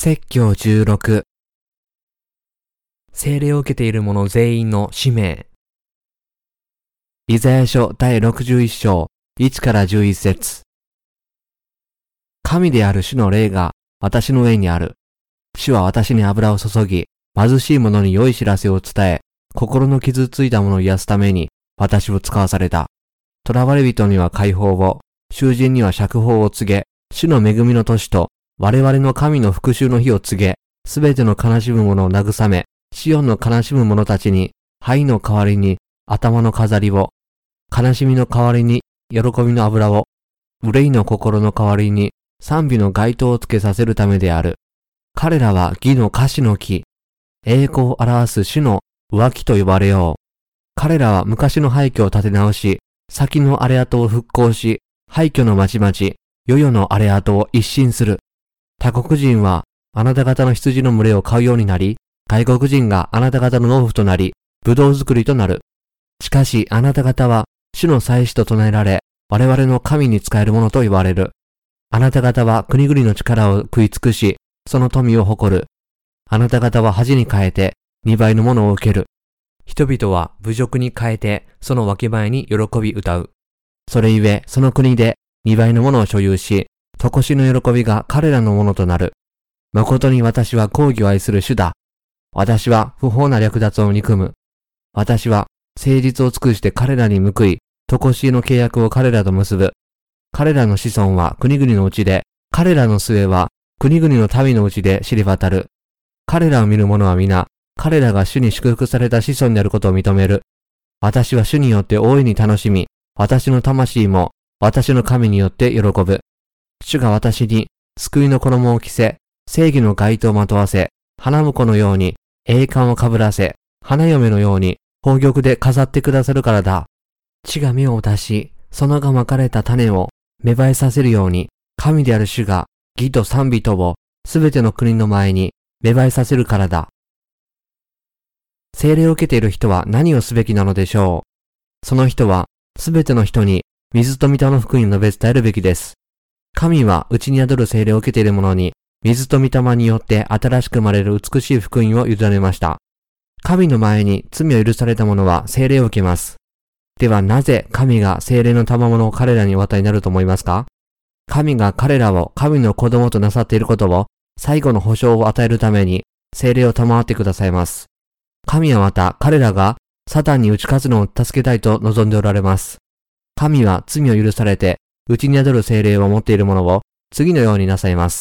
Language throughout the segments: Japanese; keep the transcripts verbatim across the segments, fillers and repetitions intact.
説教じゅうろく。聖霊を受けている者全員の使命。イザヤ書第ろくじゅういっ章いちからじゅういっ節。神である主の霊が私の上にある。主は私に油を注ぎ、貧しい者に良い知らせを伝え、心の傷ついた者を癒すために私を使わされた。囚われ人には解放を、囚人には釈放を告げ、主の恵みの年と我々の神の復讐の日を告げ、すべての悲しむ者を慰め、シオンの悲しむ者たちに、灰の代わりに頭の飾りを、悲しみの代わりに喜びの油を、憂いの心の代わりに賛美の街灯をつけさせるためである。彼らは義の樫の木、栄光を表す主の浮気と呼ばれよう。彼らは昔の廃墟を建て直し、先の荒れ跡を復興し、廃墟の町々、世々の荒れ跡を一新する。他国人はあなた方の羊の群れを飼うようになり、外国人があなた方の農夫となり、葡萄作りとなる。しかしあなた方は主の祭司と唱えられ、我々の神に仕えるものと言われる。あなた方は国々の力を食い尽くし、その富を誇る。あなた方は恥に変えて二倍のものを受ける。人々は侮辱に変えてその分け前に喜び歌う。それゆえその国で二倍のものを所有し、常しの喜びが彼らのものとなる。誠に私は公義を愛する主だ。私は不法な略奪を憎む。私は誠実を尽くして彼らに報い、常しの契約を彼らと結ぶ。彼らの子孫は国々のうちで、彼らの末は国々の民のうちで知り渡る。彼らを見る者は皆、彼らが主に祝福された子孫であることを認める。私は主によって大いに楽しみ、私の魂も私の神によって喜ぶ。主が私に救いの衣を着せ、正義の街灯をまとわせ、花婿のように栄冠をかぶらせ、花嫁のように宝玉で飾ってくださるからだ。地が芽を出し、そのがまかれた種を芽生えさせるように、神である主が義と賛美とをすべての国の前に芽生えさせるからだ。聖霊を受けている人は何をすべきなのでしょう。その人はすべての人に水と御霊の福音を述べ伝えるべきです。神は内に宿る聖霊を受けている者に、水と御霊によって新しく生まれる美しい福音を委ねました。神の前に罪を許された者は聖霊を受けます。ではなぜ神が聖霊の賜物を彼らにお与えになると思いますか？神が彼らを神の子供となさっていることを、最後の保証を与えるために聖霊を賜ってくださいます。神はまた彼らがサタンに打ち勝つのを助けたいと望んでおられます。神は罪を許されて、内に宿る聖霊を持っている者を次のようになさいます。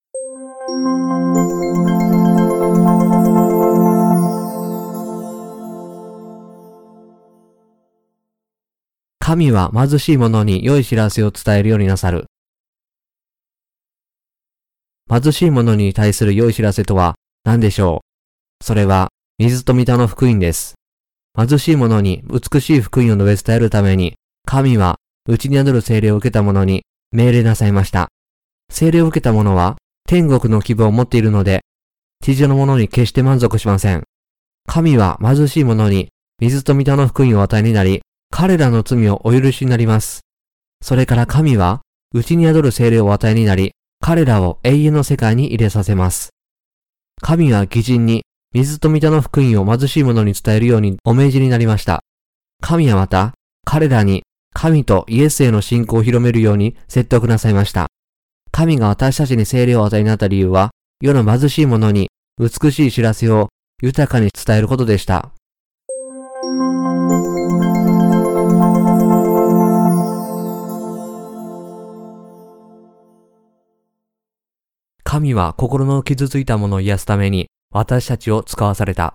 神は貧しい者に良い知らせを伝えるようになさる。貧しい者に対する良い知らせとは何でしょう？それは水と御霊の福音です。貧しい者に美しい福音を述べ伝えるために、神は内に宿る聖霊を受けた者に命令なさいました。聖霊を受けた者は天国の希望を持っているので、地上の者に決して満足しません。神は貧しい者に水と御霊の福音をお与えになり、彼らの罪をお許しになります。それから神は内に宿る聖霊をお与えになり、彼らを永遠の世界に入れさせます。神は義人に水と御霊の福音を貧しい者に伝えるようにお命じになりました。神はまた彼らに神とイエスへの信仰を広めるように説得なさいました。神が私たちに聖霊をお与えになった理由は、世の貧しい者に美しい知らせを豊かに伝えることでした。神は心の傷ついた者を癒すために私たちを使わされた。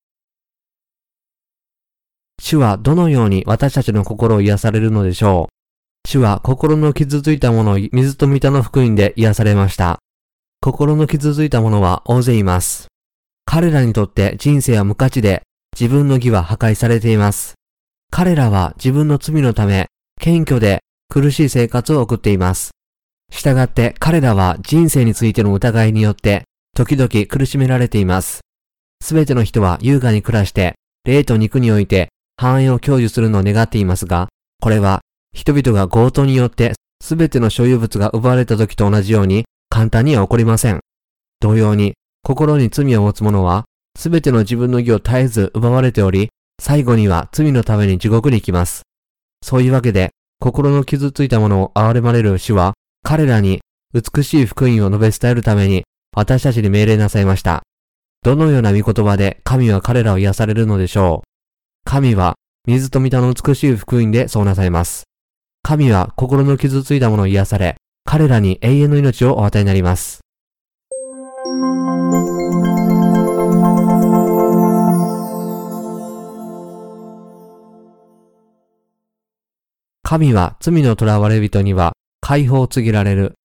主はどのように私たちの心を癒されるのでしょう。主は心の傷ついた者を水と御霊の福音で癒されました。心の傷ついた者は大勢います。彼らにとって人生は無価値で、自分の義は破壊されています。彼らは自分の罪のため、謙虚で苦しい生活を送っています。したがって彼らは人生についての疑いによって、時々苦しめられています。すべての人は優雅に暮らして、霊と肉において繁栄を享受するのを願っていますが、これは人々が強盗によってすべての所有物が奪われた時と同じように簡単には起こりません。 同様に、心に罪を持つ者は、すべての自分の義を絶えず奪われており、最後には罪のために地獄に行きます。そういうわけで、心の傷ついた者を憐れまれる主は、彼らに美しい福音を述べ伝えるために、私たちに命令なさいました。どのような御言葉で神は彼らを癒されるのでしょう。神は、水と御霊の美しい福音でそうなさいます。神は心の傷ついた者を癒され、彼らに永遠の命をお与えになります。神は罪の囚われ人には解放を告げられる。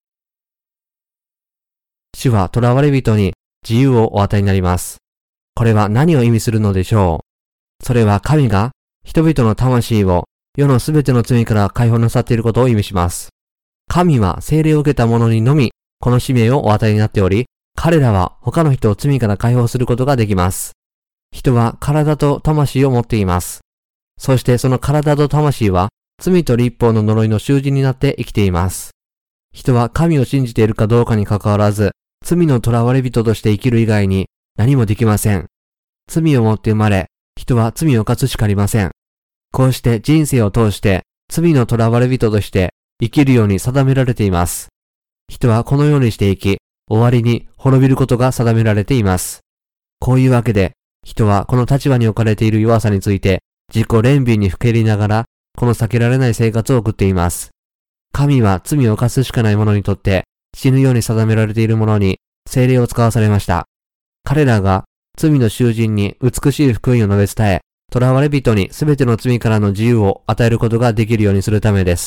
主は囚われ人に自由をお与えになります。これは何を意味するのでしょう。それは神が人々の魂を世のすべての罪から解放なさっていることを意味します。神は聖霊を受けた者にのみこの使命をお与えになっており、彼らは他の人を罪から解放することができます。人は体と魂を持っています。そしてその体と魂は罪と律法の呪いの囚人になって生きています。人は神を信じているかどうかにかかわらず、罪の囚われ人として生きる以外に何もできません。罪を持って生まれ、人は罪を犯すしかありません。こうして人生を通して罪の囚われ人として生きるように定められています。人はこのようにして生き、終わりに滅びることが定められています。こういうわけで、人はこの立場に置かれている弱さについて自己憐憫にふけりながら、この避けられない生活を送っています。神は罪を犯すしかない者にとって死ぬように定められている者に聖霊を使わされました。彼らが罪の囚人に美しい福音を述べ伝え、囚われ人にすべての罪からの自由を与えることができるようにするためです。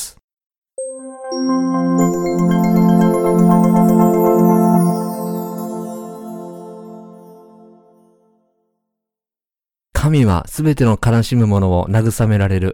神はすべての悲しむ者を慰められる。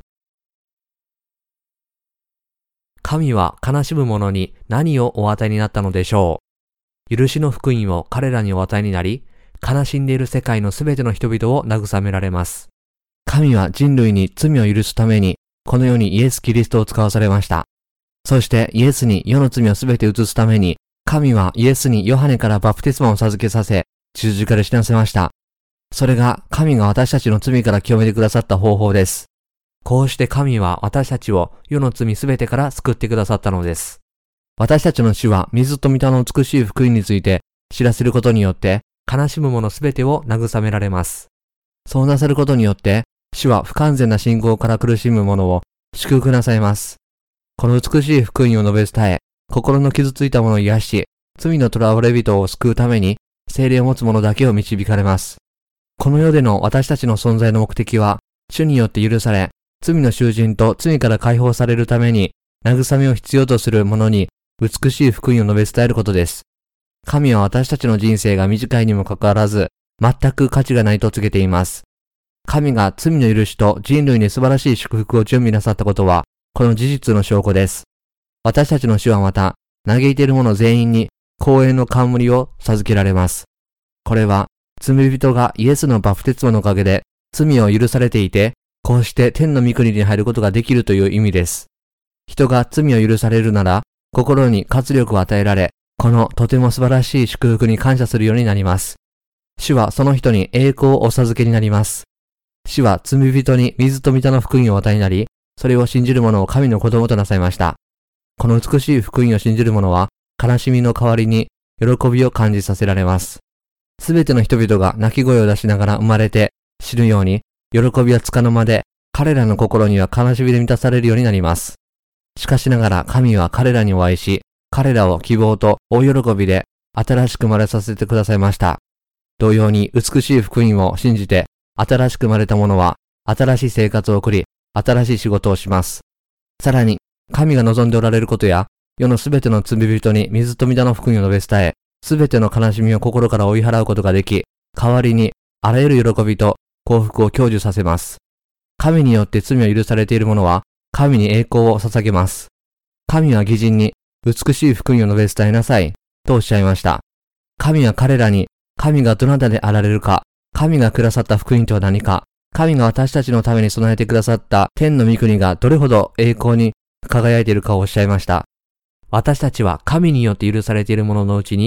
神は悲しむ者に何をお与えになったのでしょう。許しの福音を彼らにお与えになり、悲しんでいる世界のすべての人々を慰められます。神は人類に罪を許すために、この世にイエス・キリストを使わされました。そしてイエスに世の罪をすべて移すために、神はイエスにヨハネからバプテスマを授けさせ、十字架で死なせました。それが神が私たちの罪から清めてくださった方法です。こうして神は私たちを世の罪すべてから救ってくださったのです。私たちの主は水と御霊の美しい福音について知らせることによって悲しむ者すべてを慰められます。そうなさることによって主は不完全な信仰から苦しむ者を祝福なさいます。この美しい福音を述べ伝え、心の傷ついた者を癒し、罪の囚われ人を救うために聖霊を持つ者だけを導かれます。この世での私たちの存在の目的は主によって許され、罪の囚人と罪から解放されるために、慰めを必要とする者に美しい福音を述べ伝えることです。神は私たちの人生が短いにもかかわらず、全く価値がないと告げています。神が罪の許しと人類に素晴らしい祝福を準備なさったことは、この事実の証拠です。私たちの主はまた、嘆いている者全員に、光栄の冠を授けられます。これは、罪人がイエスのバプテスマのおかげで、罪を許されていて、こうして天の御国に入ることができるという意味です。人が罪を許されるなら、心に活力を与えられ、このとても素晴らしい祝福に感謝するようになります。主はその人に栄光をお授けになります。主は罪人に水と御霊の福音をお与えになり、それを信じる者を神の子供となさいました。この美しい福音を信じる者は、悲しみの代わりに喜びを感じさせられます。すべての人々が泣き声を出しながら生まれて死ぬように、喜びはつかの間で、彼らの心には悲しみで満たされるようになります。しかしながら神は彼らにお会いし、彼らを希望と大喜びで新しく生まれさせてくださいました。同様に美しい福音を信じて、新しく生まれた者は、新しい生活を送り、新しい仕事をします。さらに、神が望んでおられることや、世のすべての罪人に水と御霊の福音を述べ伝え、すべての悲しみを心から追い払うことができ、代わりに、あらゆる喜びと幸福を享受させます。神によって罪を許されている者は、神に栄光を捧げます。神は義人に、美しい福音を述べ伝えなさい、とおっしゃいました。神は彼らに、神がどなたであられるか、神がくださった福音とは何か、神が私たちのために備えてくださった天の御国がどれほど栄光に輝いているかをおっしゃいました。私たちは神によって許されているもののうちに、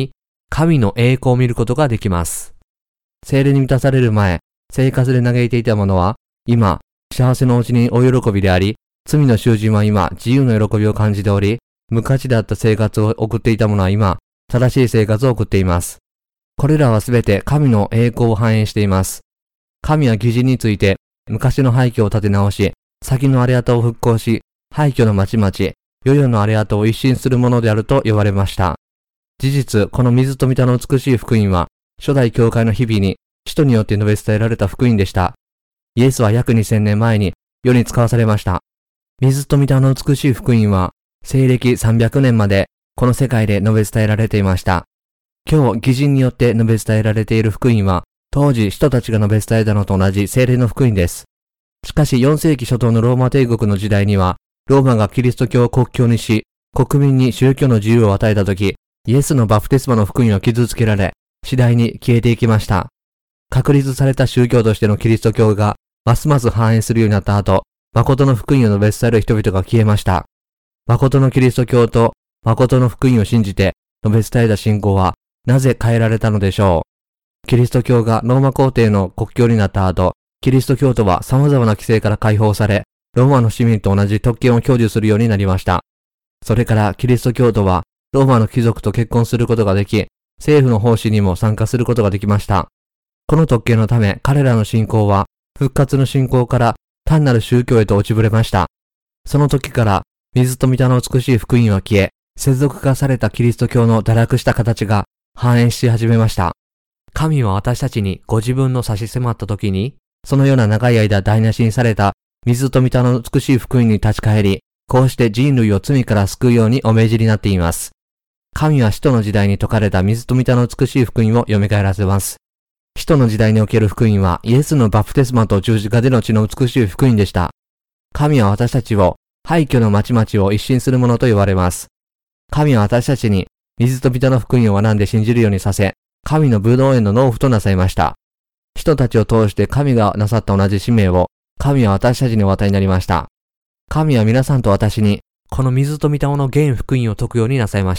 神の栄光を見ることができます。聖霊に満たされる前、生活で嘆いていた者は、今、幸せのうちにお喜びであり、罪の囚人は今、自由の喜びを感じており、無価値だった生活を送っていた者は今、正しい生活を送っています。これらはすべて神の栄光を反映しています。神は義人について、昔の廃墟を建て直し、先の荒れ跡を復興し、廃墟の町々、世々の荒れ跡を一新するものであると呼ばれました。事実、この水と御霊の美しい福音は、初代教会の日々に、使徒によって述べ伝えられた福音でした。イエスは約にせんねんまえに世に使わされました。水と御霊の美しい福音は、西暦さんびゃくねんまでこの世界で述べ伝えられていました。今日、義人によって述べ伝えられている福音は、当時人たちが述べ伝えたのと同じ聖霊の福音です。しかしよんせいき初頭のローマ帝国の時代には、ローマがキリスト教を国教にし、国民に宗教の自由を与えたとき、イエスのバプテスマの福音は傷つけられ、次第に消えていきました。確立された宗教としてのキリスト教が、ますます繁栄するようになった後、誠の福音を述べ伝える人々が消えました。誠のキリスト教と誠の福音を信じて述べ伝えた信仰はなぜ変えられたのでしょう。キリスト教がローマ皇帝の国教になった後、キリスト教徒は様々な規制から解放され、ローマの市民と同じ特権を享受するようになりました。それからキリスト教徒はローマの貴族と結婚することができ、政府の奉仕にも参加することができました。この特権のため彼らの信仰は復活の信仰から単なる宗教へと落ちぶれました。その時から水と御霊の美しい福音は消え、世俗化されたキリスト教の堕落した形が繁栄し始めました。神は私たちにご自分の差し迫った時に、そのような長い間台無しにされた水と御霊の美しい福音に立ち返り、こうして人類を罪から救うようにお命じになっています。神は使徒の時代に説かれた水と御霊の美しい福音を蘇らせます。使徒の時代における福音はイエスのバプテスマと十字架での血の美しい福音でした。神は私たちを廃墟の町々を一新するものと言われます。神は私たちに水と御霊の福音を学んで信じるようにさせ、神のブドウ園の農夫となさいました。人たちを通して神がなさった同じ使命を神は私たちにお与えになりました。神は皆さんと私にこの水と御霊の原福音を説くようになさいました。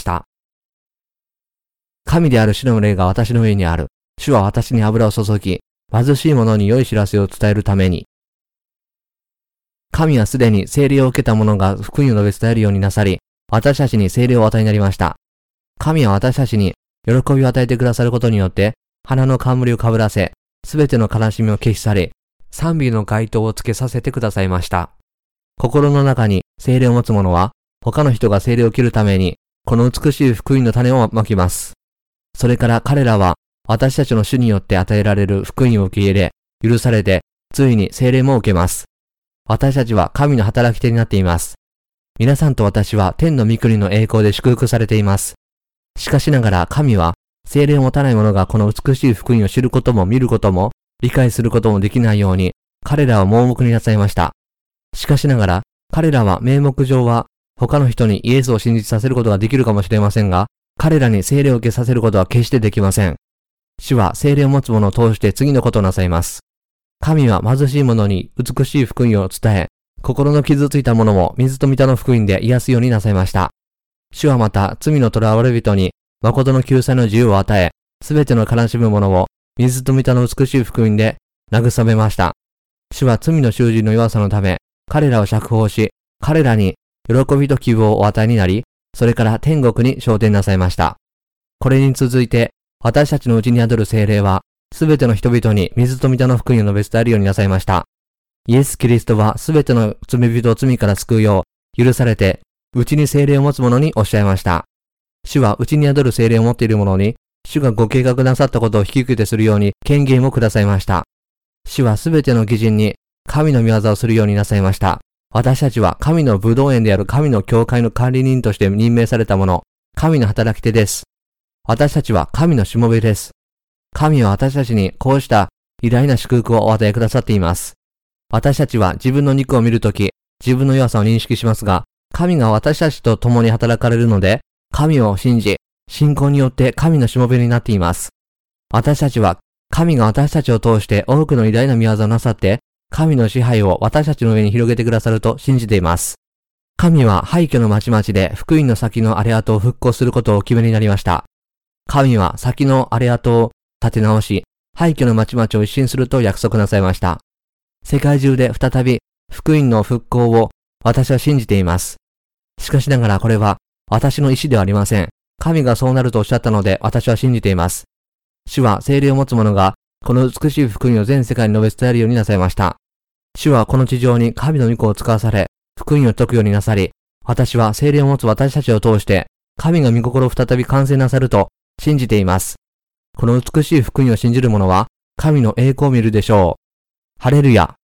神である主の霊が私の上にある。主は私に油を注ぎ、貧しい者に良い知らせを伝えるために。神はすでに聖霊を受けた者が福音を述べ伝えるようになさり、私たちに聖霊をお与えになりました。神は私たちに喜びを与えてくださることによって、花の冠をかぶらせ、すべての悲しみを消し去り、賛美の街灯をつけさせてくださいました。心の中に聖霊を持つ者は、他の人が聖霊を受けるために、この美しい福音の種をまきます。それから彼らは、私たちの主によって与えられる福音を受け入れ、許されて、ついに聖霊も受けます。私たちは神の働き手になっています。皆さんと私は天の御国の栄光で祝福されています。しかしながら神は、聖霊を持たない者がこの美しい福音を知ることも見ることも、理解することもできないように、彼らを盲目になさいました。しかしながら、彼らは名目上は、他の人にイエスを信じさせることができるかもしれませんが、彼らに聖霊を受けさせることは決してできません。主は聖霊を持つ者を通して次のことをなさいます。神は貧しい者に美しい福音を伝え、心の傷ついた者も水と御霊の福音で癒すようになさいました。主はまた罪の囚われ人に誠の救済の自由を与え、すべての悲しむ者を水と御霊の美しい福音で慰めました。主は罪の囚人の弱さのため、彼らを釈放し、彼らに喜びと希望をお与えになり、それから天国に昇天なさいました。これに続いて、私たちのうちに宿る聖霊は、すべての人々に水と御霊の福音を述べ伝えるようになさいました。イエス・キリストはすべての罪人を罪から救うよう許されて、うちに聖霊を持つ者におっしゃいました。主はうちに宿る聖霊を持っている者に、主がご計画なさったことを引き受けてするように権限をくださいました。主はすべての義人に神の御業をするようになさいました。私たちは神のブドウ園である神の教会の管理人として任命された者、神の働き手です。私たちは神のしもべです。神は私たちにこうした偉大な祝福をお与えくださっています。私たちは自分の肉を見るとき、自分の弱さを認識しますが、神が私たちと共に働かれるので、神を信じ、信仰によって神のしもべになっています。私たちは神が私たちを通して多くの偉大な御業をなさって、神の支配を私たちの上に広げてくださると信じています。神は廃墟の町々で福音の先の荒れ跡を復興することをお決めになりました。 神は先の荒れ跡を立て直し、廃墟の町々を一新すると約束なさいました。世界中で再び福音の復興を私は信じています。しかしながらこれは私の意志ではありません。神がそうなるとおっしゃったので私は信じています。主は聖霊を持つ者がこの美しい福音を全世界に述べ伝えるようになさいました。主はこの地上に神の御子を使わされ、福音を説くようになさり、私は聖霊を持つ私たちを通して、神が御心を再び完成なさると信じています。この美しい福音を信じる者は、神の栄光を見るでしょう。ハレルヤ。